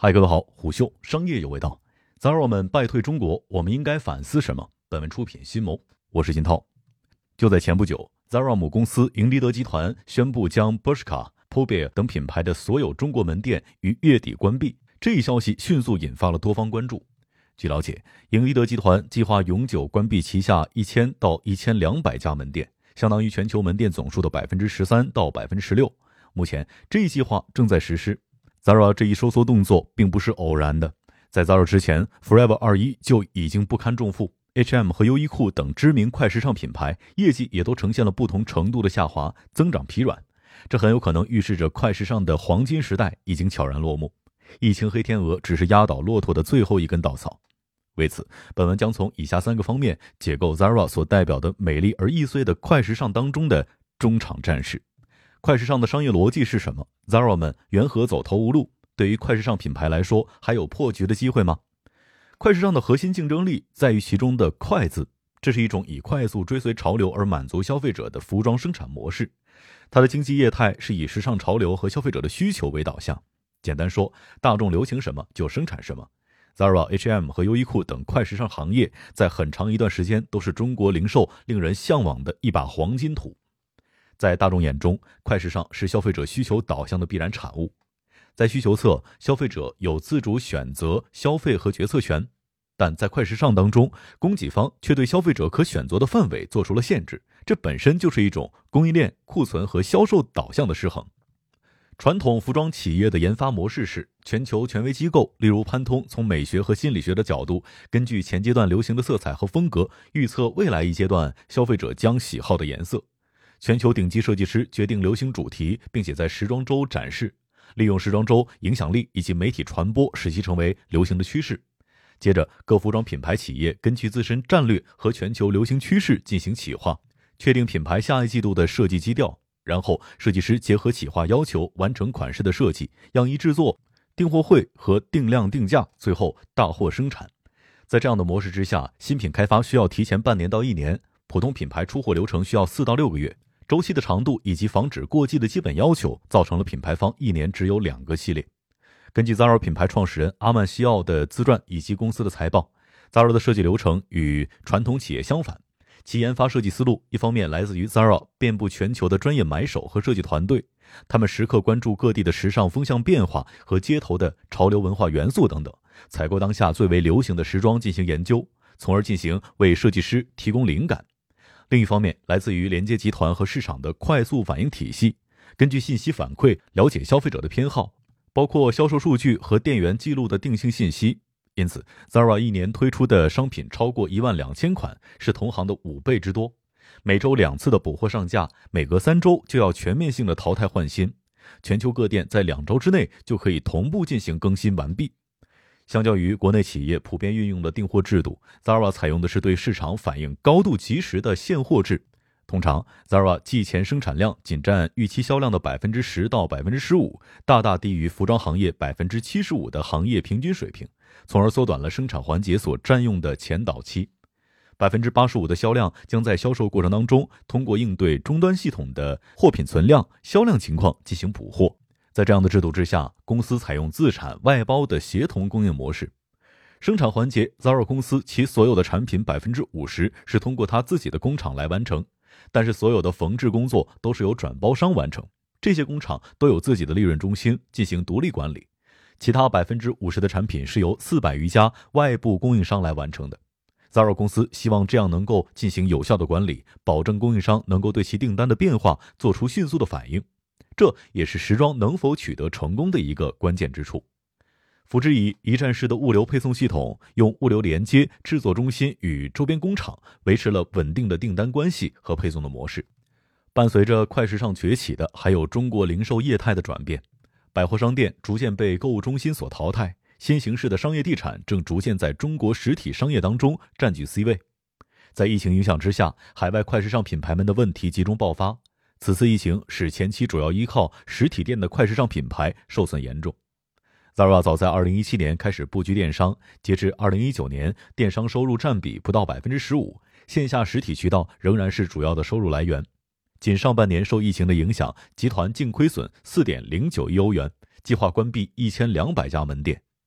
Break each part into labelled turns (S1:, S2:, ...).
S1: 嗨，各位好，虎嗅商业有味道。Zara 们败退中国，我们应该反思什么？本文出品新谋，我是金涛。就在前不久， Zara 母公司盈利德集团宣布将 Bershka、Pull&Bear 等品牌的所有中国门店于月底关闭，这一消息迅速引发了多方关注。据了解，盈利德集团计划永久关闭旗下1000到1200家门店，相当于全球门店总数的13%到16%。目前这一计划正在实施。Zara 这一收缩动作并不是偶然的，在 Zara 之前 Forever 21就已经不堪重负， H&M 和优衣库等知名快时尚品牌业绩也都呈现了不同程度的下滑，增长疲软。这很有可能预示着快时尚的黄金时代已经悄然落幕，疫情黑天鹅只是压倒骆驼的最后一根稻草。为此，本文将从以下3个方面解构 Zara 所代表的美丽而易碎的快时尚当中的中场战士。快时尚的商业逻辑是什么？ Zara 们缘何走投无路？对于快时尚品牌来说，还有破局的机会吗？快时尚的核心竞争力在于其中的快字，这是一种以快速追随潮流而满足消费者的服装生产模式。它的经济业态是以时尚潮流和消费者的需求为导向。简单说，大众流行什么就生产什么。 Zara、H&M 和优衣库等快时尚行业在很长一段时间都是中国零售令人向往的一把黄金土。在大众眼中，快时尚是消费者需求导向的必然产物。在需求侧，消费者有自主选择、消费和决策权，但在快时尚当中，供给方却对消费者可选择的范围做出了限制，这本身就是一种供应链、库存和销售导向的失衡。传统服装企业的研发模式是，全球权威机构，例如潘通，从美学和心理学的角度，根据前阶段流行的色彩和风格，预测未来一阶段消费者将喜好的颜色。全球顶级设计师决定流行主题，并且在时装周展示，利用时装周影响力以及媒体传播，使其成为流行的趋势。接着，各服装品牌企业根据自身战略和全球流行趋势进行企划，确定品牌下一季度的设计基调，然后设计师结合企划要求完成款式的设计、样衣制作、订货会和定量定价，最后大货生产。在这样的模式之下，新品开发需要提前半年到1年，普通品牌出货流程需要4到6个月。周期的长度以及防止过季的基本要求，造成了品牌方1年只有2个系列。根据 Zara 品牌创始人阿曼西奥的自传以及公司的财报， Zara 的设计流程与传统企业相反，其研发设计思路一方面来自于 Zara 遍布全球的专业买手和设计团队，他们时刻关注各地的时尚风向变化和街头的潮流文化元素等等，采购当下最为流行的时装进行研究，从而进行为设计师提供灵感。另一方面，来自于连接集团和市场的快速反应体系，根据信息反馈了解消费者的偏好，包括销售数据和店员记录的定性信息。因此 Zara 1年推出的商品超过12000款，是同行的5倍之多。每周2次的补货上架，每隔3周就要全面性的淘汰换新，全球各店在2周之内就可以同步进行更新完毕。相较于国内企业普遍运用的订货制度， Zara 采用的是对市场反应高度及时的现货制。通常 Zara 季前生产量仅占预期销量的10%到15%，大大低于服装行业75%的行业平均水平，从而缩短了生产环节所占用的前导期。85%的销量将在销售过程当中通过应对终端系统的货品存量、销量情况进行补货。在这样的制度之下，公司采用自产外包的协同供应模式。生产环节 Zara 公司其所有的产品50%是通过它自己的工厂来完成，但是所有的缝制工作都是由转包商完成，这些工厂都有自己的利润中心进行独立管理。其他50%的产品是由400余家外部供应商来完成的。 Zara 公司希望这样能够进行有效的管理，保证供应商能够对其订单的变化做出迅速的反应，这也是时装能否取得成功的一个关键之处。辅之以一站式的物流配送系统，用物流连接制作中心与周边工厂，维持了稳定的订单关系和配送的模式。伴随着快时尚崛起的还有中国零售业态的转变，百货商店逐渐被购物中心所淘汰，新形式的商业地产正逐渐在中国实体商业当中占据 C 位。在疫情影响之下，海外快时尚品牌们的问题集中爆发，此次疫情使前期主要依靠实体店的快时尚品牌受损严重。Zara 早在2017年开始布局电商，截至2019年，电商收入占比不到 15%， 线下实体渠道仍然是主要的收入来源。仅上半年受疫情的影响，集团净亏损 4.09 亿欧元，计划关闭1200家门店。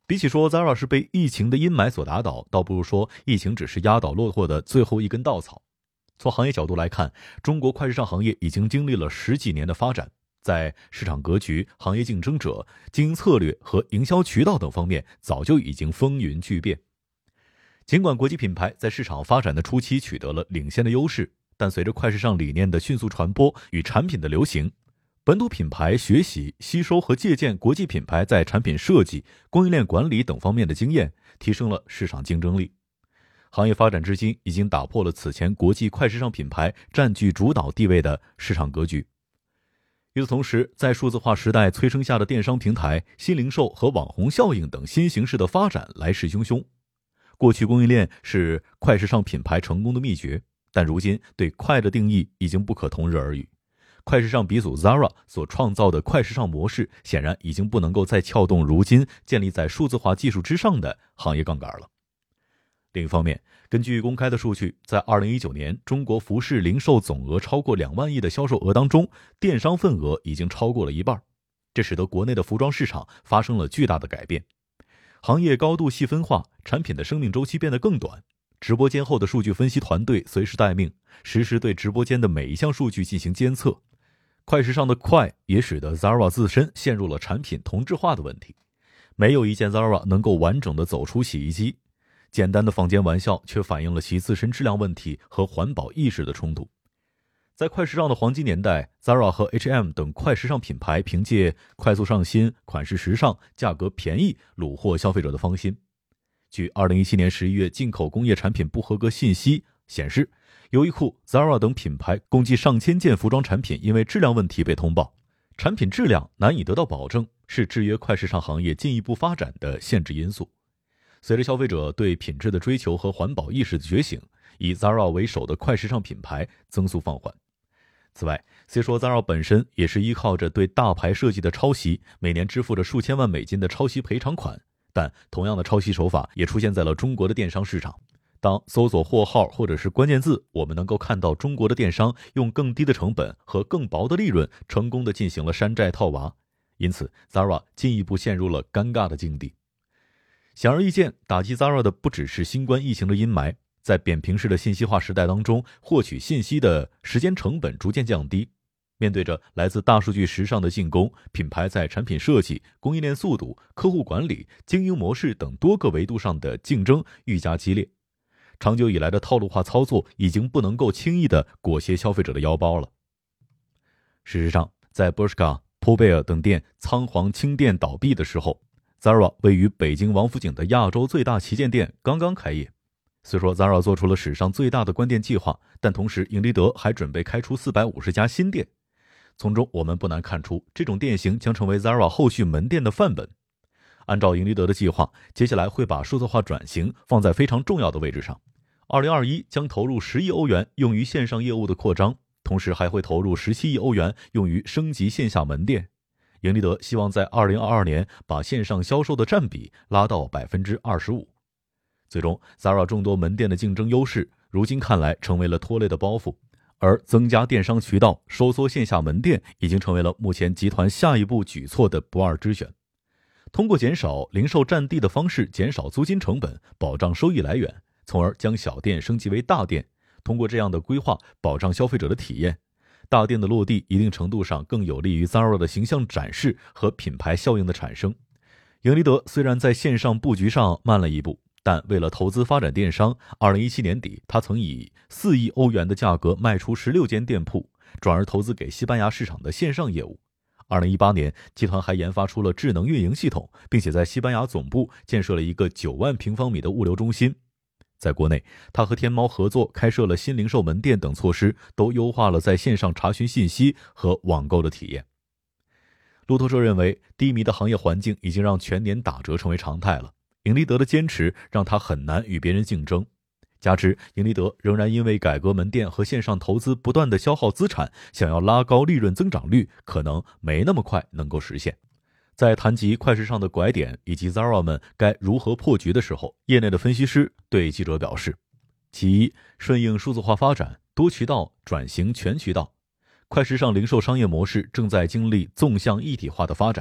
S1: 比起说 Zara 是被疫情的阴霾所打倒，倒不如说疫情只是压倒骆驼的最后一根稻草。从行业角度来看，中国快时尚行业已经经历了10几年的发展，在市场格局、行业竞争者、经营策略和营销渠道等方面早就已经风云巨变。尽管国际品牌在市场发展的初期取得了领先的优势，但随着快时尚理念的迅速传播与产品的流行，本土品牌学习、吸收和借鉴国际品牌在产品设计、供应链管理等方面的经验，提升了市场竞争力。行业发展至今，已经打破了此前国际快时尚品牌占据主导地位的市场格局。与此同时，在数字化时代催生下的电商平台、新零售和网红效应等新形式的发展来势汹汹。过去供应链是快时尚品牌成功的秘诀，但如今对快的定义已经不可同日而语。快时尚鼻祖 Zara 所创造的快时尚模式，显然已经不能够再撬动如今建立在数字化技术之上的行业杠杆了。另一方面，根据公开的数据，在2019年中国服饰零售总额超过2万亿的销售额当中，电商份额已经超过了一半，这使得国内的服装市场发生了巨大的改变。行业高度细分化，产品的生命周期变得更短，直播间后的数据分析团队随时待命，实时对直播间的每一项数据进行监测。快时尚的快也使得 Zara 自身陷入了产品同质化的问题，没有一件 Zara 能够完整的走出洗衣机。简单的坊间玩笑却反映了其自身质量问题和环保意识的冲突。在快时尚的黄金年代， Zara 和 H&M 等快时尚品牌凭借快速上新、款式时尚、价格便宜虏获消费者的芳心。据2017年11月进口工业产品不合格信息显示，优衣库、Zara 等品牌共计上千件服装产品因为质量问题被通报，产品质量难以得到保证，是制约快时尚行业进一步发展的限制因素。随着消费者对品质的追求和环保意识的觉醒，以 Zara 为首的快时尚品牌增速放缓。此外，虽说 Zara 本身也是依靠着对大牌设计的抄袭，每年支付着数千万美金的抄袭赔偿款，但同样的抄袭手法也出现在了中国的电商市场。当搜索货号或者是关键字，我们能够看到中国的电商用更低的成本和更薄的利润，成功的进行了山寨套娃，因此 Zara 进一步陷入了尴尬的境地。显而易见，打击 Zara 的不只是新冠疫情的阴霾，在扁平式的信息化时代当中，获取信息的时间成本逐渐降低。面对着来自大数据时尚的进攻，品牌在产品设计、供应链速度、客户管理、经营模式等多个维度上的竞争愈加激烈。长久以来的套路化操作已经不能够轻易地裹挟消费者的腰包了。事实上，在 Bershka、Pull&Bear 等店仓皇清店倒闭的时候， Zara 位于北京王府井的亚洲最大旗舰店刚刚开业。虽说 Zara 做出了史上最大的关店计划，但同时盈利德还准备开出450家新店。从中我们不难看出，这种店型将成为 Zara 后续门店的范本。按照盈利德的计划，接下来会把数字化转型放在非常重要的位置上。2021将投入10亿欧元用于线上业务的扩张，同时还会投入17亿欧元用于升级线下门店。盈利德希望在2022年把线上销售的占比拉到 25%。 最终 Zara 众多门店的竞争优势如今看来成为了拖累的包袱，而增加电商渠道、收缩线下门店已经成为了目前集团下一步举措的不二之选。通过减少零售占地的方式减少租金成本，保障收益来源，从而将小店升级为大店，通过这样的规划保障消费者的体验。大店的落地一定程度上更有利于 Zara 的形象展示和品牌效应的产生。盈利德虽然在线上布局上慢了一步，但为了投资发展电商，2017年底他曾以4亿欧元的价格卖出16间店铺，转而投资给西班牙市场的线上业务。2018年，集团还研发出了智能运营系统，并且在西班牙总部建设了一个9万平方米的物流中心。在国内，他和天猫合作开设了新零售门店等措施，都优化了在线上查询信息和网购的体验。路透社认为，低迷的行业环境已经让全年打折成为常态了。盈利德的坚持让他很难与别人竞争，加之盈利德仍然因为改革门店和线上投资不断的消耗资产，想要拉高利润增长率，可能没那么快能够实现。在谈及快时尚的拐点以及 Zara 们该如何破局的时候，业内的分析师对记者表示，其一，顺应数字化发展，多渠道转型全渠道。快时尚零售商业模式正在经历纵向一体化的发展，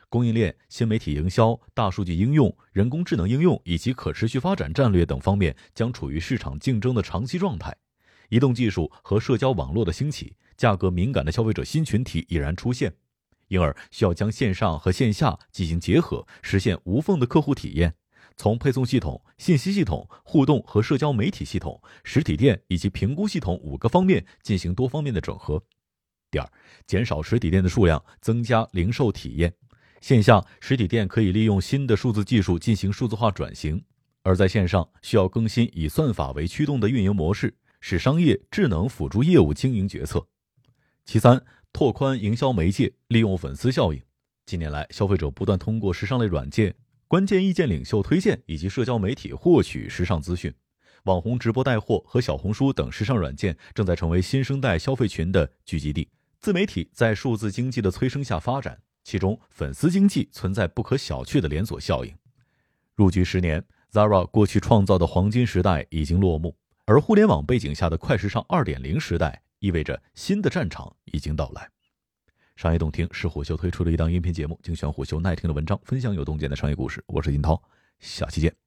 S1: 供应链、新媒体营销、大数据应用、人工智能应用以及可持续发展战略等方面将处于市场竞争的长期状态。移动技术和社交网络的兴起，价格敏感的消费者新群体已然出现，因而需要将线上和线下进行结合，实现无缝的客户体验。从配送系统、信息系统、互动和社交媒体系统、实体店以及评估系统5个方面进行多方面的整合。第二，减少实体店的数量，增加零售体验。线下实体店可以利用新的数字技术进行数字化转型，而在线上需要更新以算法为驱动的运营模式，使商业智能辅助业务经营决策。其三，拓宽营销媒介，利用粉丝效应。近年来，消费者不断通过时尚类软件、关键意见领袖推荐以及社交媒体获取时尚资讯。网红直播带货和小红书等时尚软件正在成为新生代消费群的聚集地。自媒体在数字经济的催生下发展，其中粉丝经济存在不可小觑的连锁效应。入局10年， Zara 过去创造的黄金时代已经落幕，而互联网背景下的快时尚 2.0 时代意味着新的战场已经到来。商业洞听是虎嗅推出的一档音频节目，精选虎嗅耐听的文章，分享有洞见的商业故事。我是金涛，下期见。